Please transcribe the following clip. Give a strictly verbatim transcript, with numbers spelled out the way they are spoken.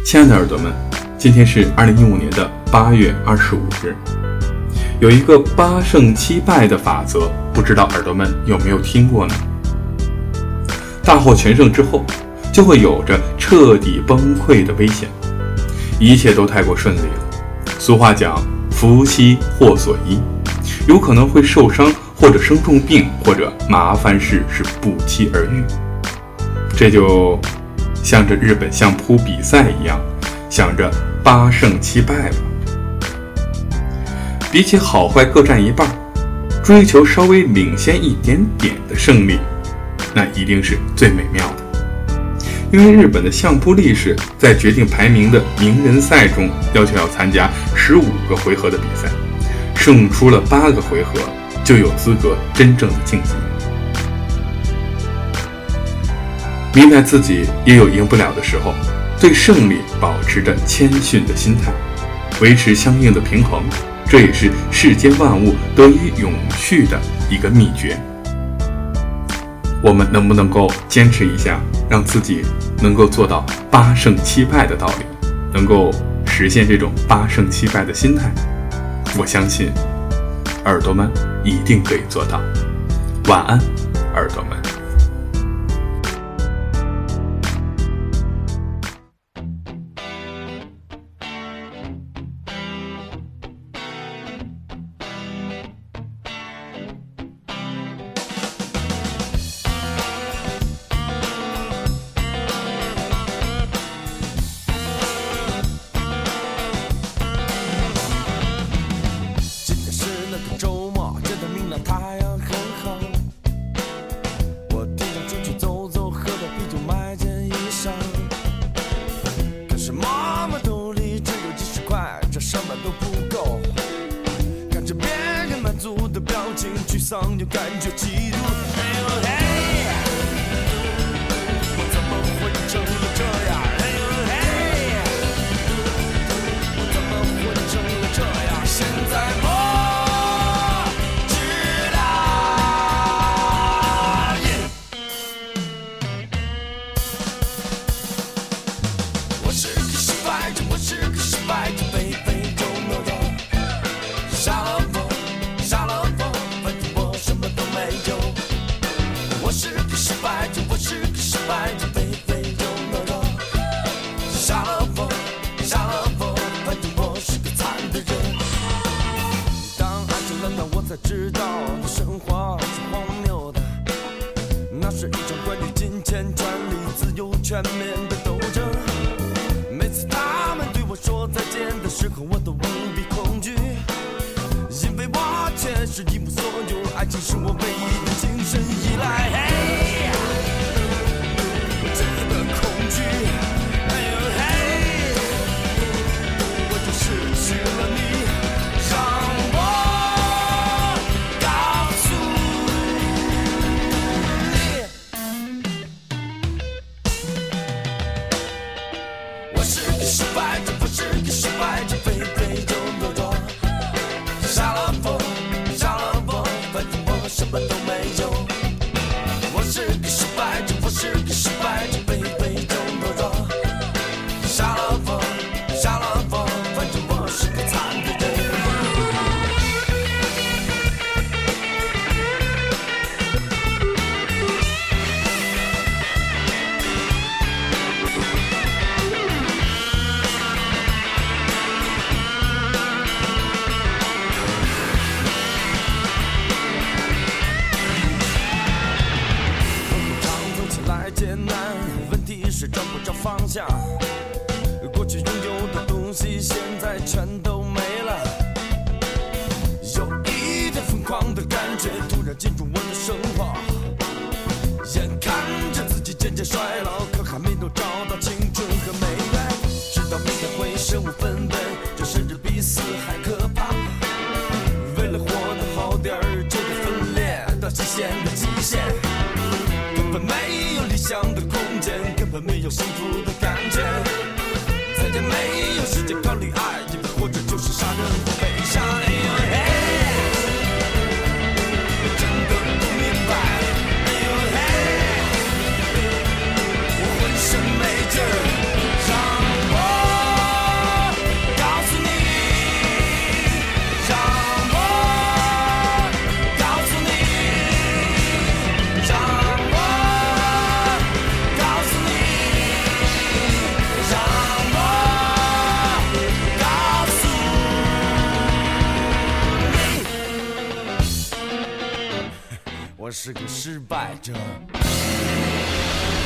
亲爱的耳朵们，今天是二零一五年的八月二十五日。有一个八胜七败的法则，不知道耳朵们有没有听过呢？大获全胜之后，就会有着彻底崩溃的危险，一切都太过顺利了。俗话讲，福兮祸所依，有可能会受伤，或者生重病，或者麻烦事是不期而遇。这就像着日本相扑比赛一样，想着八胜七败吧。比起好坏各占一半，追求稍微领先一点点的胜利，那一定是最美妙的。因为日本的相扑力士在决定排名的名人赛中，要求要参加十五个回合的比赛，胜出了八个回合，就有资格真正的晋级。明白自己也有赢不了的时候，对胜利保持着谦逊的心态，维持相应的平衡，这也是世间万物得以永续的一个秘诀。我们能不能够坚持一下，让自己能够做到八胜七败的道理，能够实现这种八胜七败的心态？我相信耳朵们一定可以做到。晚安，耳朵们。 沮丧又感觉嫉妒，哎呦嘿，我怎么会成了这样？哎呦嘿，我怎么会成了这样？现在我知道，我是个失败者，我是个失败者，非非中的中，杀了我，杀了我。我是个失败者，我是个失败者，非非中的中，杀了我，杀了我，反正我是个惨的人。当爱情冷淡，我才知道生活是荒谬的，那是一场关于金钱、权力、自由、全面的斗争。每次他们对我说再见的时候，我都无比恐惧，因为我却是一无所有，爱情是我唯一的精神依赖。嘿，我真的恐惧，哎呦嘿，我就失去了你，让我告诉你，我是个失败者，我是个失败者，非非中的中，杀了我，杀了我，反正我什么都没有。我是个失败者，我是个失败者，非非中的中，杀了我，杀了我，反正我是个惨的人。艰难，问题是找不着方向。过去拥有的东西，现在全都没了。有一点疯狂的感觉突然进入我的生活，眼看着自己渐渐衰老，可还没有找到青春和美丽。知道明天会身无分文，这甚至比死还可怕。为了活得好点儿，就得分裂到极限的极限。根本没有理想的空间，根本没有幸福的感觉，再也没有时间考虑爱，因为活着就是杀人或悲伤。哎呦嘿，我真的不明白。哎呦嘿，我浑身没劲儿，让我我是个失败者。